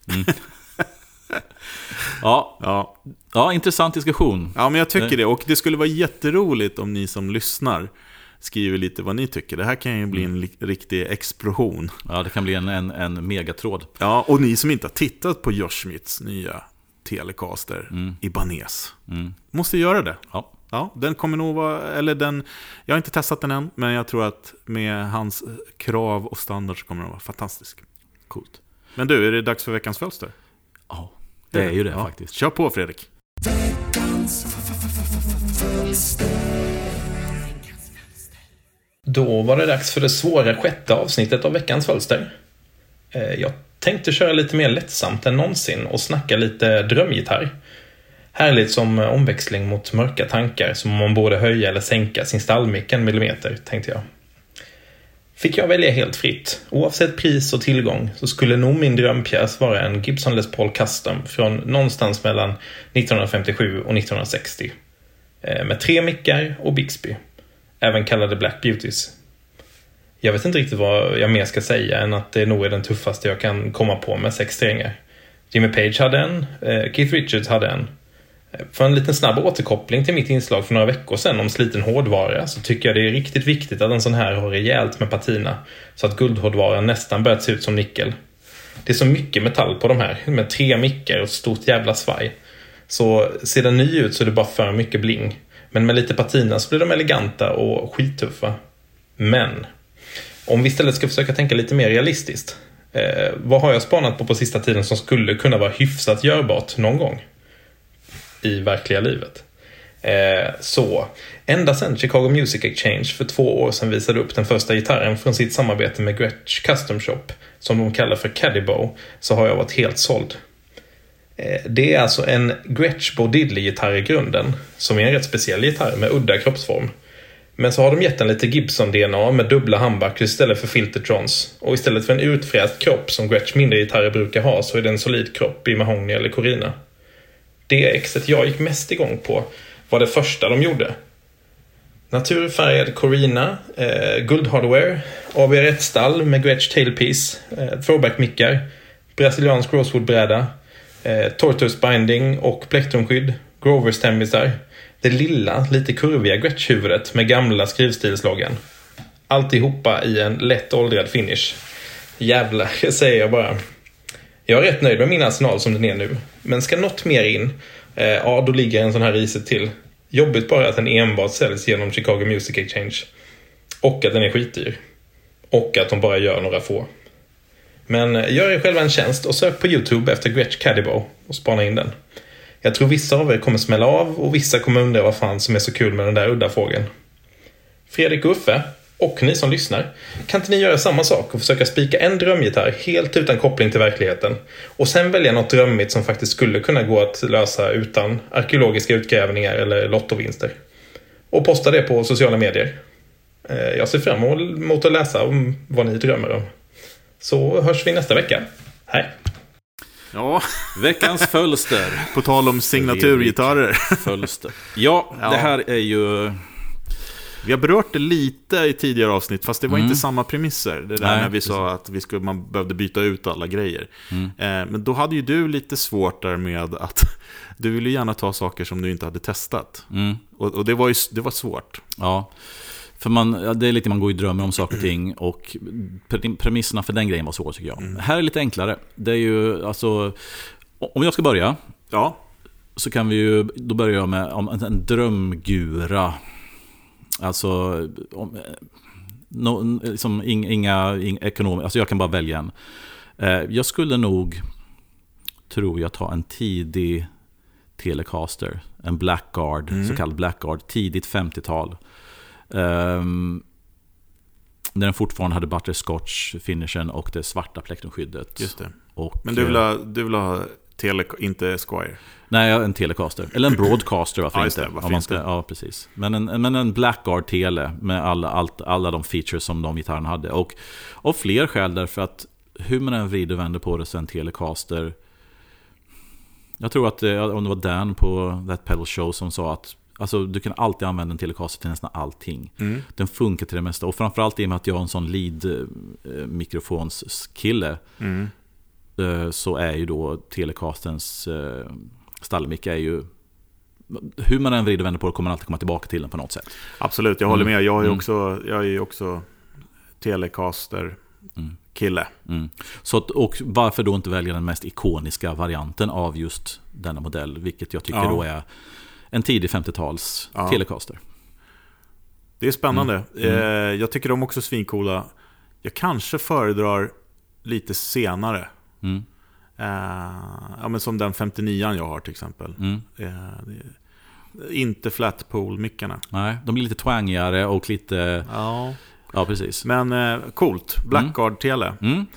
Ja, intressant diskussion. Ja, men jag tycker det. Och det skulle vara jätteroligt om ni som lyssnar skriver lite vad ni tycker. Det här kan ju bli en riktig explosion. Ja, det kan bli en megatråd. Ja, och ni som inte har tittat på Josh Schmidts nya Telecaster Ibanez måste göra det. Ja, den kommer nog vara, jag har inte testat den än, men jag tror att med hans krav och standard så kommer den vara fantastisk. Coolt. Men du, är det dags för veckans fölster? Ja, det är ju det faktiskt. Kör på, Fredrik. Då var det dags för det svåra 6:e avsnittet av veckans fölster. Jag tänkte köra lite mer lättsamt än någonsin och snacka lite drömgitarr. Härligt som omväxling mot mörka tankar som om man borde höja eller sänka sin stallmick 1 millimeter, tänkte jag. Fick jag välja helt fritt, oavsett pris och tillgång, så skulle nog min drömpjäs vara en Gibson Les Paul Custom från någonstans mellan 1957 och 1960. Med 3 mickar och Bixby, även kallade Black Beauties. Jag vet inte riktigt vad jag mer ska säga än att det nog är den tuffaste jag kan komma på med 6 strängar. Jimmy Page hade en, Keith Richards hade en. För en liten snabb återkoppling till mitt inslag för några veckor sedan om sliten hårdvara, så tycker jag det är riktigt viktigt att en sån här har rejält med patina, så att guldhårdvaran nästan börjat se ut som nickel. Det är så mycket metall på de här, med 3 mickar och stort jävla svaj. Så ser den ny ut så är det bara för mycket bling. Men med lite patina så blir de eleganta och skittuffa. Men om vi istället ska försöka tänka lite mer realistiskt, vad har jag spanat på sista tiden som skulle kunna vara hyfsat görbart någon gång i verkliga livet? Så ända sedan Chicago Music Exchange för 2 år sedan visade upp den första gitarren från sitt samarbete med Gretsch Custom Shop, som de kallar för Caddy Bow, så har jag varit helt såld. Det är alltså en Gretsch Bo Diddley-gitarr i grunden, som är en rätt speciell gitarr med udda kroppsform. Men så har de gett den lite Gibson-DNA med dubbla handbackar istället för filtertrons. Och istället för en utfräst kropp som Gretsch mindre gitarrer brukar ha, så är det en solid kropp i mahogny eller Corina. Det exet jag gick mest igång på var det första de gjorde. Naturfärgad Corina, guldhardware, ABR1-stall med Gretsch tailpiece, throwback-mickar, brasiliansk rosewood-bräda, tortoise binding och plektrumskydd, Grover-stämmisar, det lilla, lite kurviga Gretsch-huvudet med gamla skrivstilsloggan. Alltihopa i en lätt åldrad finish. Jävlar, säger jag bara. Jag är rätt nöjd med min arsenal som den är nu. Men ska något mer in, då ligger en sån här riset till. Jobbigt bara att den enbart säljs genom Chicago Music Exchange. Och att den är skitdyr. Och att de bara gör några få. Men gör er själva en tjänst och sök på YouTube efter Gretsch Caddy Bow och spana in den. Jag tror vissa av er kommer smälla av och vissa kommer undra vad fan som är så kul med den där udda fågeln. Fredrik och Uffe, och ni som lyssnar, kan inte ni göra samma sak och försöka spika en drömgitarr helt utan koppling till verkligheten, och sen välja något drömmigt som faktiskt skulle kunna gå att lösa utan arkeologiska utgrävningar eller lottovinster. Och posta det på sociala medier. Jag ser fram emot att läsa om vad ni drömmer om. Så hörs vi nästa vecka. Hej! Ja, veckans fölster. På tal om signaturgitarrer. Fölster. Ja, det här är ju... Vi har berört det lite i tidigare avsnitt, fast det var inte samma premisser. Det där när vi sa att man behövde byta ut alla grejer. Men då hade ju du lite svårt där med att du ville gärna ta saker som du inte hade testat. Och det var svårt. Ja, För det är lite man går i drömmer om saker och ting. Och premisserna för den grejen var svår, tycker jag. Här är lite enklare. Det är ju, alltså, om jag ska börja, så kan vi ju, då börjar jag med om en drömgura. Alltså liksom inga ekonomer, alltså jag kan bara välja en. Jag skulle nog, tror jag, ta en tidig Telecaster, en Blackguard, så kallad Blackguard, tidigt 50-tal. När den fortfarande hade butterscotch finishen och det svarta plektrumskyddet. Just det. Och, men du vill ha inte Squire? Nej, en Telecaster. Eller en Broadcaster, varför inte? Varför inte? Ja, precis. Men en Blackguard Tele med alla de features som de gitarrerna hade. Och av fler skäl, därför att hur man än vrider och vänder på det, så en Telecaster... Jag tror att om det var Dan på That Pedal Show som sa att alltså, du kan alltid använda en Telecaster till nästan allting. Den funkar till det mesta. Och framförallt i och med att jag har en sån lead-mikrofonskille, så är ju då Telecasterns stallmick är ju, hur man än vrider och vänder på det, kommer man alltid komma tillbaka till den på något sätt. Absolut, jag håller med. Jag är ju också Telecaster kille. Så och varför då inte välja den mest ikoniska varianten av just denna modell, vilket jag tycker då är en tidig 50-tals Telecaster. Det är spännande. Jag tycker de också svincoola. Jag kanske föredrar lite senare. Men som den 59an jag har till exempel. Inte flatpool-mickarna. Nej, de blir lite twangigare och lite... Ja, precis. Men coolt. Blackguard-tele.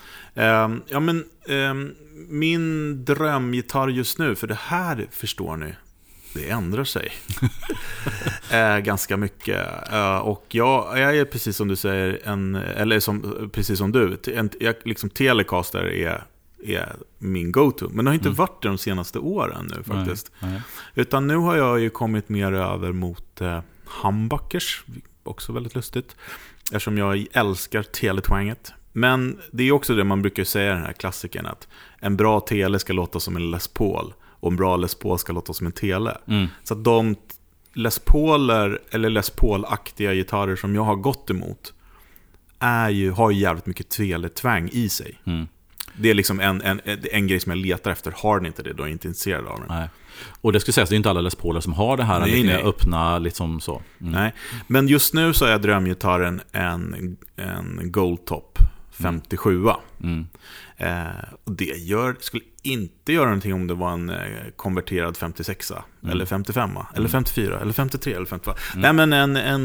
Min drömgitarr just nu, för det här förstår ni, det ändrar sig ganska mycket. Och jag är precis som du säger, precis som du, liksom Telecaster är min go-to. Men det har inte varit det de senaste åren nu faktiskt. Nej. Utan nu har jag ju kommit mer över mot humbuckers, också väldigt lustigt, eftersom jag älskar teletwanget. Men det är också det man brukar säga, den här klassikern, att en bra tele ska låta som en Les Paul och en bra Les Paul ska låta som en tele. Så att de Les Pauler eller Les Paul-aktiga gitarrer som jag har gått emot har jävligt mycket tele-twang i sig. Det är liksom en grej som jag letar efter. Har den inte det, då är jag inte intresserad av den. Nej. Och det skulle sägas, det är inte alla Les Pauler som har det här lite mer öppna, liksom så. Nej, men just nu så är drömgitarren en Goldtop 57. Och det skulle inte göra någonting om det var en konverterad 56 eller 55 eller 54 eller 53 eller 55. Nej, men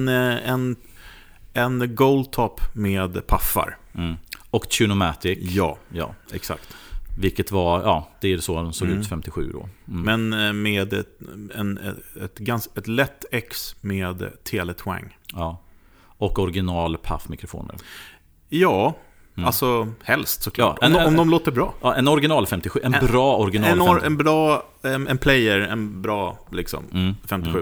en Goldtop med puffar. Och Tunomatic. Ja, exakt. Vilket var, det är så den såg ut 57 då. Men med ett lätt X med teletwang. Ja. Och original puff-mikrofoner. Ja, alltså helst såklart. Om de låter bra. Ja, en original 57, bra original 57. En player, en bra liksom 57.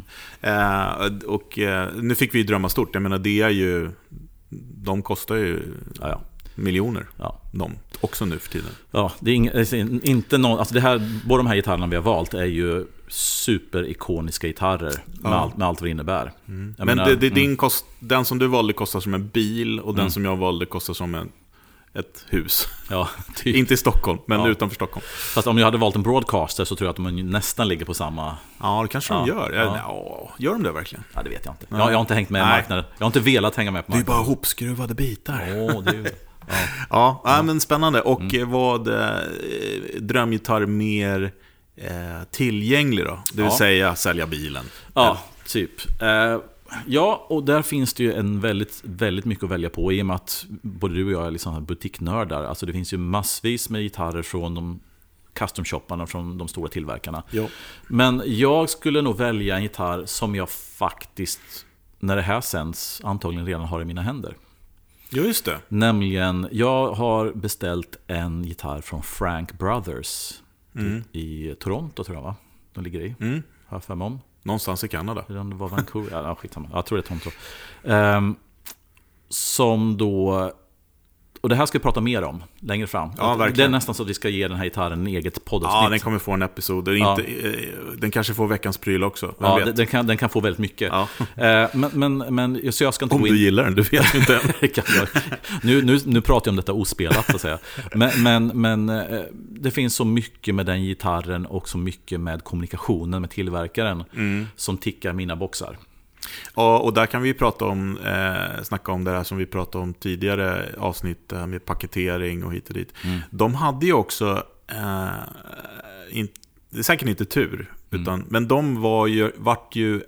Och nu fick vi drömma stort. Jag menar, det är ju, de kostar ju miljoner. De också nu för tiden. Ja, det är inte någon, alltså det här, båda de här gitarrerna vi har valt är ju superikoniska gitarrer med allt vad det innebär. Men den som du valde kostar som en bil, och den som jag valde kostar som ett hus. Ja, typ. Inte i Stockholm, men utanför Stockholm. Fast om jag hade valt en Broadcaster så tror jag att de nästan ligger på samma. Ja, det kanske de gör. Gör de det verkligen? Ja, det vet jag inte. Jag har inte hängt med i marknaden. Jag har inte velat hänga med på marknaden. Det är bara hopskruvade bitar. Det är ju... Men spännande. Och vad drömgitarr mer tillgänglig då? Det vill säga sälja bilen. Ja, typ. Och där finns det ju en väldigt, väldigt mycket att välja på, i och med att både du och jag är liksom butiknördar. Alltså det finns ju massvis med gitarrer från de custom-shopparna, från de stora tillverkarna. Men jag skulle nog välja en gitarr som jag faktiskt, när det här sänds, antagligen redan har i mina händer. Ja, just det. Nämligen, jag har beställt en gitarr från Frank Brothers i Toronto, tror jag, va? De ligger i. Har jag för mig om. Någonstans i Kanada. Det var Vancouver. Skitsamma. Jag tror det är Toronto. Som då Och det här ska vi prata mer om längre fram. Ja, verkligen. Det är nästan så att vi ska ge den här gitarren en eget poddavsnitt. Ja, den kommer få en episod. Den kanske får veckans pryl också. Ja, den kan få väldigt mycket. Ja. Men så jag ska inte om gå in... du gillar den, du vet inte än. nu pratar jag om detta ospelat, så att säga. Men det finns så mycket med den gitarren och så mycket med kommunikationen med tillverkaren som tickar mina boxar. Ja, och där kan vi snacka om det här som vi pratade om tidigare avsnitt med paketering och hit och dit. De hade ju också det är säkert inte tur, men de vart ju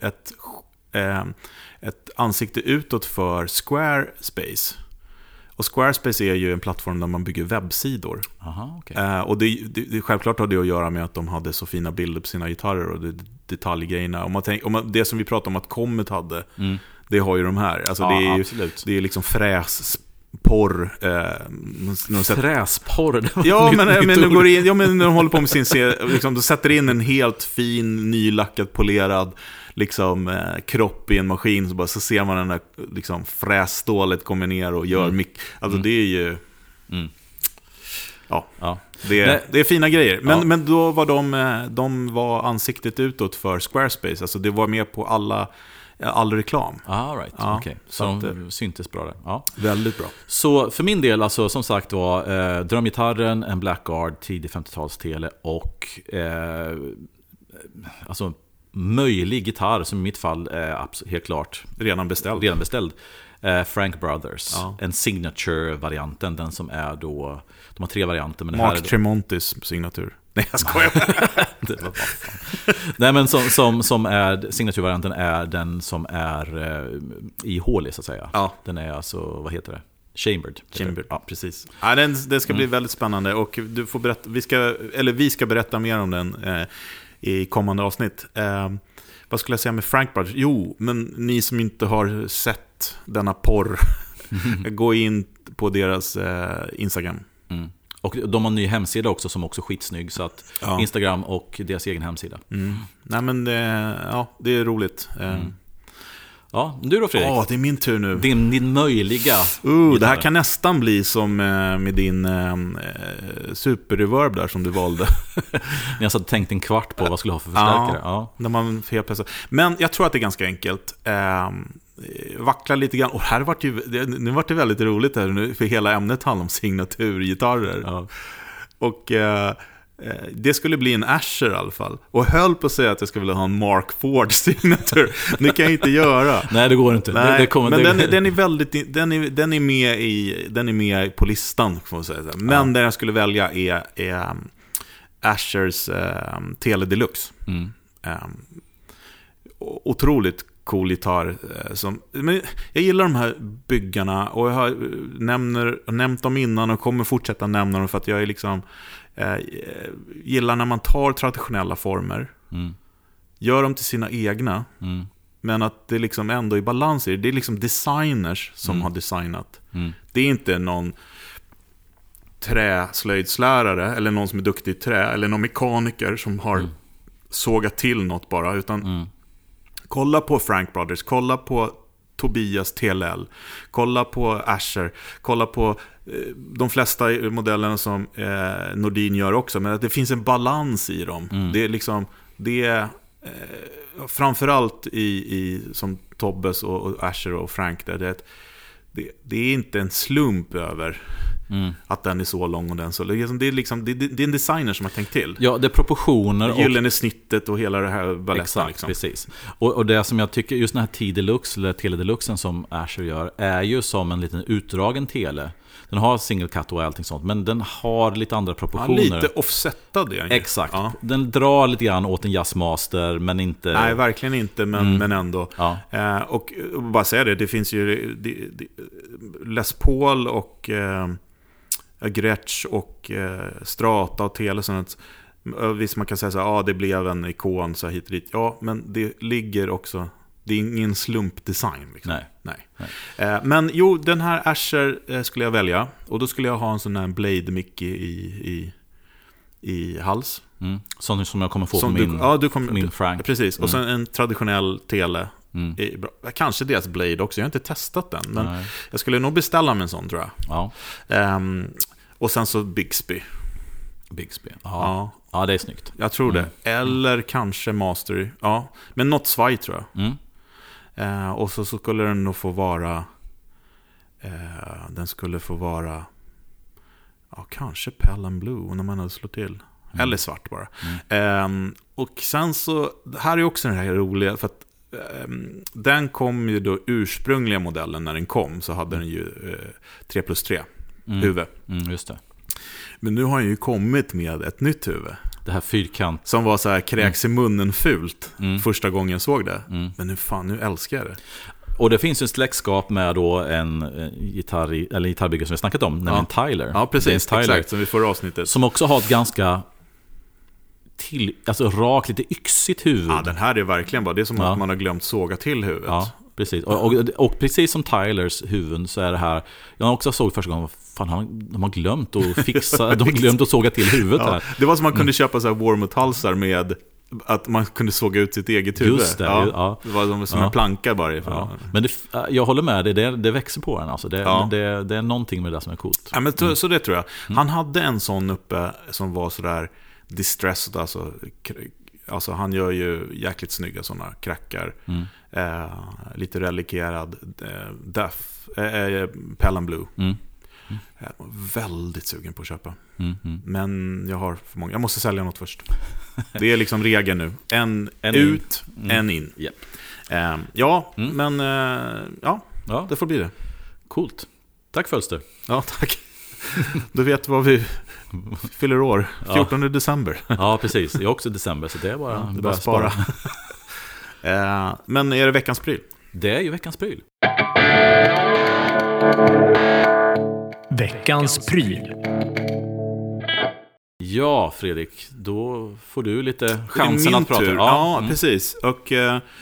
ett ansikte utåt för Squarespace. Och Squarespace är ju en plattform där man bygger webbsidor. Aha, okay. Och det självklart har det att göra med att de hade så fina bilder på sina gitarrer och detaljgrejerna. Det som vi pratade om att Comet hade, det har ju de här. Alltså det är liksom fräsporr. Fräsporr? Ja, men de håller på med sin liksom, de sätter in en helt fin, nylackad, polerad liksom, kropp i en maskin, så ser man den där liksom, frässtålet kommer ner och gör alltså det är ju det är fina grejer. Men då var de var ansiktet utåt för Squarespace. Alltså det var med på all reklam. Right. Okay. Så de syntes bra där. Ja. Väldigt bra. Så för min del, alltså, som sagt var drömgitarren, en Blackguard, tidig 50-talstele och alltså möjlig gitarr som i mitt fall är helt klart redan beställd. Frank Brothers, en signature-varianten, den som är då, de har 3 varianter, men Mark Tremontis signatur. Nej, jag skojar. Det var nej, men som är signature-varianten är den som är ihålig, så att säga. Ja. Den är alltså, vad heter det? Chambered. Ja, precis. Ja, det ska bli väldigt spännande, och du får berätta, vi ska berätta mer om den i kommande avsnitt. Vad skulle jag säga med Frank Brothers? Jo, men ni som inte har sett denna porr, gå in på deras Instagram. Och de har en ny hemsida också som också är skitsnygg, så att Instagram och deras egen hemsida. Nej, men det är roligt. Ja, du då, Fredrik? Det är min tur nu. Din möjliga det här kan nästan bli som med din superreverb där som du valde. Jag satt tänkt en kvart på vad skulle ha för förstärkare. När man men jag tror att det är ganska enkelt. Vackla lite grann. Och här nu vart det väldigt roligt här nu, för hela ämnet handlar om signaturgitarrer. Och det skulle bli en Asher i alla fall. Och höll på att säga att jag skulle vilja ha en Mark Ford signatur. Det kan jag inte göra. Nej, det går inte. Nej, den är väldigt, den är med på listan, får man säga. Men den jag skulle välja är Ashers Tele Deluxe. Otroligt cool gitarr. Men jag gillar de här byggarna, och jag har nämnt dem innan och kommer fortsätta nämna dem, för att jag är liksom gillar när man tar traditionella former, gör dem till sina egna, men att det liksom ändå är balans i det. Det är liksom designers som har designat. Det är inte någon träslöjdslärare eller någon som är duktig i trä, eller någon mekaniker som har sågat till något bara, utan kolla på Frank Brothers, kolla på Tobias TLL, kolla på Asher, kolla på de flesta modellerna som Nordin gör också, men att det finns en balans i dem. Det är liksom framförallt i som Tobbes och Asher och Frank där, det är inte en slump över att den är så lång och den så. Det är en designer som har tänkt till. Ja, det är proportioner, gyllene snittet och hela det här baletten. Exakt, liksom. Precis. Och det som jag tycker, just den här T-Deluxe eller Tele-Deluxen som Asher gör, är ju som en liten utdragen tele. Den har single cut och allting sånt, men den har lite andra proportioner. Ja, lite offsetad det. Exakt. Ja. Den drar lite grann åt en jazzmaster, men inte... Nej, verkligen inte, men ändå. Ja. Och bara säga det finns ju Les Paul och Gretsch och Strata och Tele, sånt. Visst, man kan säga så här, det blev en ikon så hit och dit. Ja, men det ligger också... Det är ingen slumpdesign liksom. Nej. Men jo, den här Asher skulle jag välja. Och då skulle jag ha en sån här Blade Mickey i hals. Sån som jag kommer få på min Frank. Precis, och sen en traditionell tele är bra. Kanske deras Blade också, jag har inte testat den. Men jag skulle nog beställa mig en sån, tror jag. Ja. Och sen så Bixby. Ja, det är snyggt. Jag tror det. Eller kanske Mastery. Ja, men något svaj, tror jag. Och så skulle den nog få vara... den skulle få vara... Ja, kanske Pale and Blue när man hade slått till. Eller svart bara. Och sen så... Här är också den här roliga... För att den kom ju då ursprungliga modellen när den kom. Så hade den ju 3+3 huvud. Just det. Men nu har den ju kommit med ett nytt huvud. Det här fyrkant. Som var så här kräks i munnen fult första gången jag såg det. Men nu älskar jag det. Och det finns ju ett släktskap med då en gitarrbyggare som vi snackat om, nämligen Tyler. Ja, precis. Tyler, exakt, som vi förra avsnittet. som också har ett ganska rakt, lite yxigt huvud. Ja, den här är verkligen bara, det är som att man har glömt såga till huvudet. Ja, precis. Och precis som Tylers huvud så är det här, jag också såg första gången, de har glömt att fixa, de har glömt att såga till huvudet här. Det var som man kunde köpa så här Warmouth-halsar med att man kunde såga ut sitt eget huvud. Just det, det var som en planka bara ifrån. Men jag håller med dig, det växer på den alltså. Det är någonting med det som är coolt. Ja, men så det tror jag. Han hade en sån uppe som var sådär distressed, alltså han gör ju jäkligt snygga sådana krackar. Lite relikerad Pale and Blue. Jag var väldigt sugen på att köpa. Men jag har för många. Jag måste sälja något först. Det är liksom regeln nu. En ut, en in. Yep. Men det får bli det. Coolt. Tack Fölster. Ja, tack. Du vet vad vi fyller år. 14 december. Ja, precis. Det är också december, så det är bara, det är bara spara. Men är det veckans pryl? Det är ju veckans pryl. Veckans pryl. Ja, Fredrik, då får du lite chansen att prata. Ja, precis. Och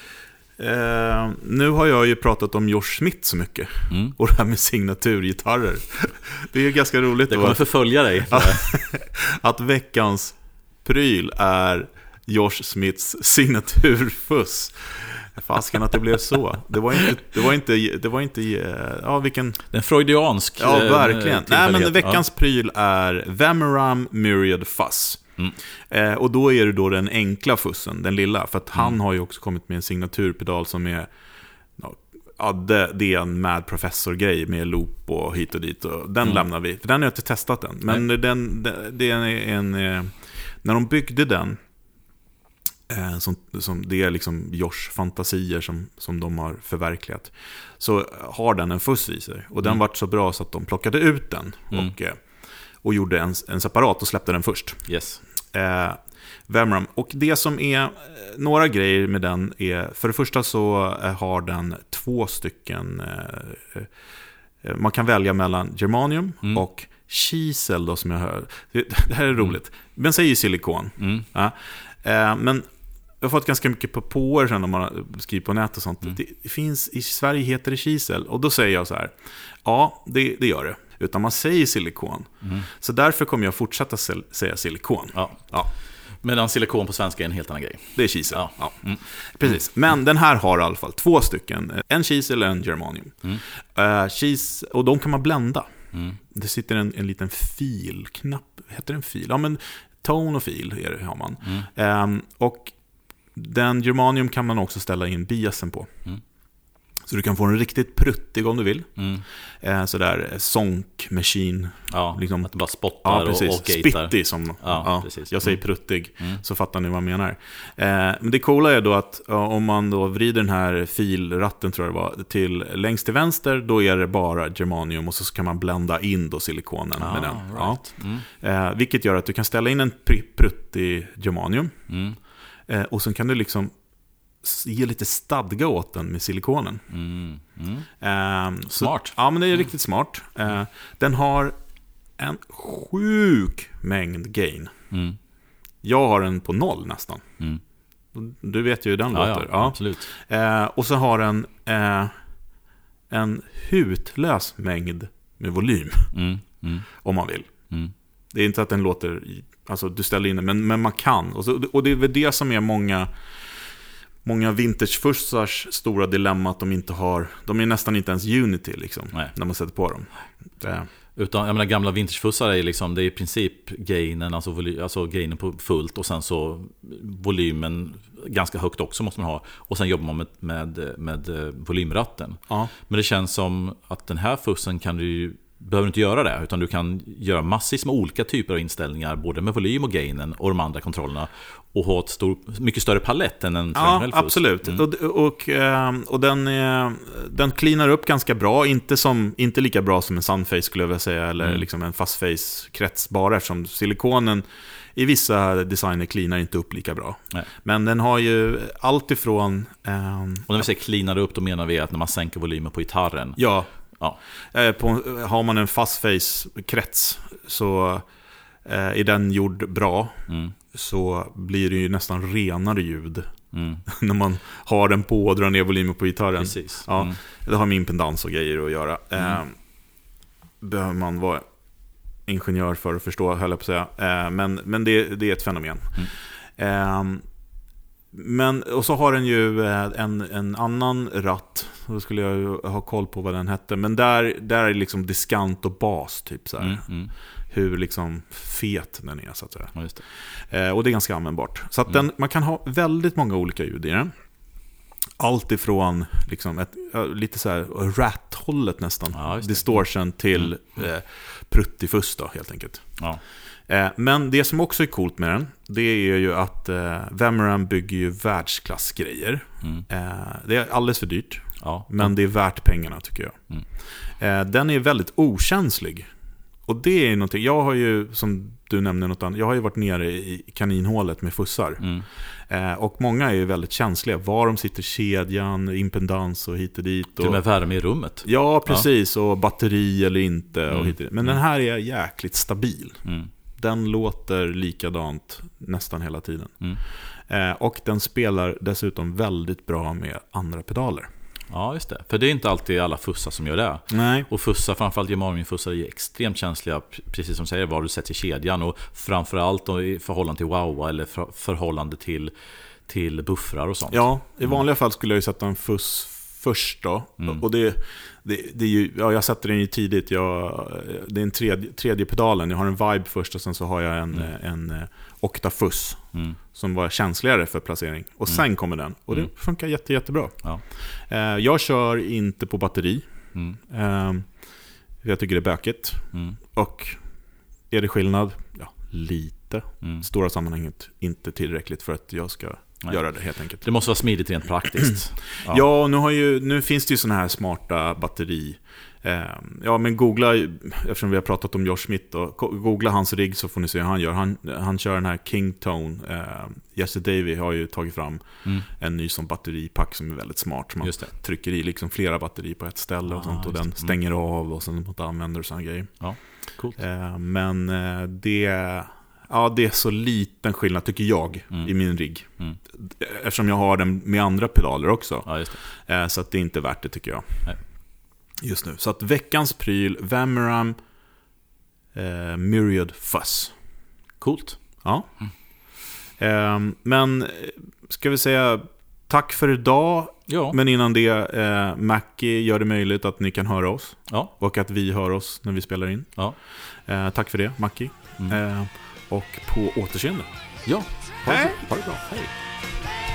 nu har jag ju pratat om Josh Smith så mycket. Och det här med signaturgitarrer. Det är ganska roligt. Det kommer förfölja dig. Att veckans pryl är Josh Smiths signaturfuss. Fasken att det blev så. Det var inte vilken... Den freudiansk. Ja, verkligen. Nej, men veckans pryl är Vamaram Myriad Fuzz. Och då är det då den enkla fussen, den lilla. För att han har ju också kommit med en signaturpedal som är... det är en Mad Professor-grej med loop och hit och dit. Och den lämnar vi. För den har jag inte testat än. Men det är en... När de byggde den... Som det är liksom Josh fantasier som de har förverkligat, så har den en fuss i sig. Och den vart så bra så att de plockade ut den och gjorde en separat och släppte den först. Yes. Vamaram. Och det som är några grejer med den är, för det första så har den 2 stycken man kan välja mellan germanium och kisel då, som jag hör. Det här är roligt. Men säger silikon. Men jag har fått ganska mycket på sen när man skriver på nät och sånt. Det finns, i Sverige heter det kisel. Och då säger jag så här: ja, det gör det. Utan man säger silikon. Så därför kommer jag fortsätta säga silikon. Ja. Medan silikon på svenska är en helt annan grej. Det är kisel. Ja. Precis. Men den här har i alla fall 2 stycken. En kisel och en germanium. Och de kan man blända. Det sitter en liten filknapp. Heter det en fil? Ja, men tone och fil har man. Och den germanium kan man också ställa in biasen på. Så du kan få en riktigt pruttig om du vill. Sådär sonk machine. Ja, liksom. Att det bara spottar och gatar. Spitty som precis. jag säger pruttig. Så fattar ni vad jag menar. Men det coola är då att om man då vrider den här filratten, tror jag det var, till längst till vänster, då är det bara germanium. Och så kan man blända in då silikonen med den. Right. Vilket gör att du kan ställa in en pruttig germanium. Och sen kan du liksom ge lite stadga åt den med silikonen. Smart. Ja, men det är riktigt smart. Den har en sjuk mängd gain. Jag har den på 0 nästan. Du vet ju hur den låter. Ja, absolut. Och så har den en hutlös mängd med volym. Om man vill. Det är inte att den låter... Alltså du ställer in den, men man kan. Och det är väl det som är många vintagefussars stora dilemma att de är nästan inte ens Unity liksom, när man sätter på dem. Utan, jag menar, gamla vintagefussar är liksom, det är i princip gainen, alltså gainen på fullt, och sen så volymen ganska högt också måste man ha, och sen jobbar man med volymratten. Ja. Men det känns som att den här fussen behöver inte göra det, utan du kan göra massvis med olika typer av inställningar, både med volym och gainen och de andra kontrollerna, och ha mycket större palett än en traditionell fuss. Absolut. Och den cleanar upp ganska bra, inte lika bra som en sunface skulle jag vilja säga, eller liksom en fastface krets, bara eftersom silikonen i vissa designer cleanar inte upp lika bra. Nej. Men den har ju allt ifrån... Och när vi säger cleanar upp, då menar vi att när man sänker volymen på gitarren. Ja. Ja. Har man en fastface-krets så är den gjord bra, så blir det ju nästan renare ljud när man har den på och drar ner volymen på gitarren. Precis. Ja, det har med impedans och grejer att göra. Behöver man vara ingenjör för att förstå, höll jag på att säga. Men det är ett fenomen. Men, och så har den ju en annan ratt. Då skulle jag ju ha koll på vad den hette. Men där är liksom diskant och bas typ så här. Hur liksom fet den är så att säga. Ja, just det. Och det är ganska användbart. Så att man kan ha väldigt många olika ljud i den. Allt ifrån liksom lite så här rat-hållet nästan. Ja, distortion till pruttifuss då, helt enkelt. Ja. Men det som också är coolt med den, det är ju att Vamaram bygger ju världsklassgrejer. Det är alldeles för dyrt, men det är värt pengarna tycker jag. Den är väldigt okänslig. Och det är någonting, jag har ju, som du nämnde något annat, jag har ju varit nere i kaninhålet med fussar. Och många är ju väldigt känsliga, var de sitter, kedjan, impedans och hit och dit. Till och med värme i rummet. Ja, precis, och batteri eller inte. Och hit och dit. Men den här är jäkligt stabil. Den låter likadant nästan hela tiden. Och den spelar dessutom väldigt bra med andra pedaler. Ja, just det. För det är inte alltid alla fussar som gör det. Nej. Och fussar, framförallt Yamaha-fussar, är extremt känsliga, precis som säger, var du sätter kedjan. Och framförallt i förhållande till wow eller förhållande till buffrar och sånt. Ja, i vanliga fall skulle jag ju sätta en fuss först då. Och det är ju, jag sätter den ju tidigt. Det är en tredje pedalen. Jag har en vibe först och sen så har jag en oktafuss som var känsligare för placering. Och sen kommer den. Och det funkar jättebra. Ja. Jag kör inte på batteri. Jag tycker det är bökigt. Och är det skillnad? Ja, lite. Stora sammanhanget inte tillräckligt för att jag ska göra det helt enkelt. Det måste vara smidigt rent praktiskt. Ja, nu finns det ju såna här smarta batteri. Men googla, eftersom vi har pratat om Josh Smith då, googla hans rigg så får ni se hur han gör. Han kör den här Kingtone. Jesse Davey har ju tagit fram en ny som batteripack som är väldigt smart. Man trycker i liksom flera batteri på ett ställe och sånt, och den stänger av och sen måste använda och såna grejer. Ja, coolt. Men det är så liten skillnad tycker jag i min rigg. Eftersom jag har den med andra pedaler också. Ja, just det. Så att det är inte värt det tycker jag. Nej. Just nu. Så att veckans pryl, Vamaram Myriad Fuzz. Coolt. Ja. Men ska vi säga tack för idag. Ja. Men innan det, Mackie gör det möjligt att ni kan höra oss. Ja. Och att vi hör oss när vi spelar in. Ja. Tack för det, Mackie. Och på återseende. Ja, ha det bra. Hej.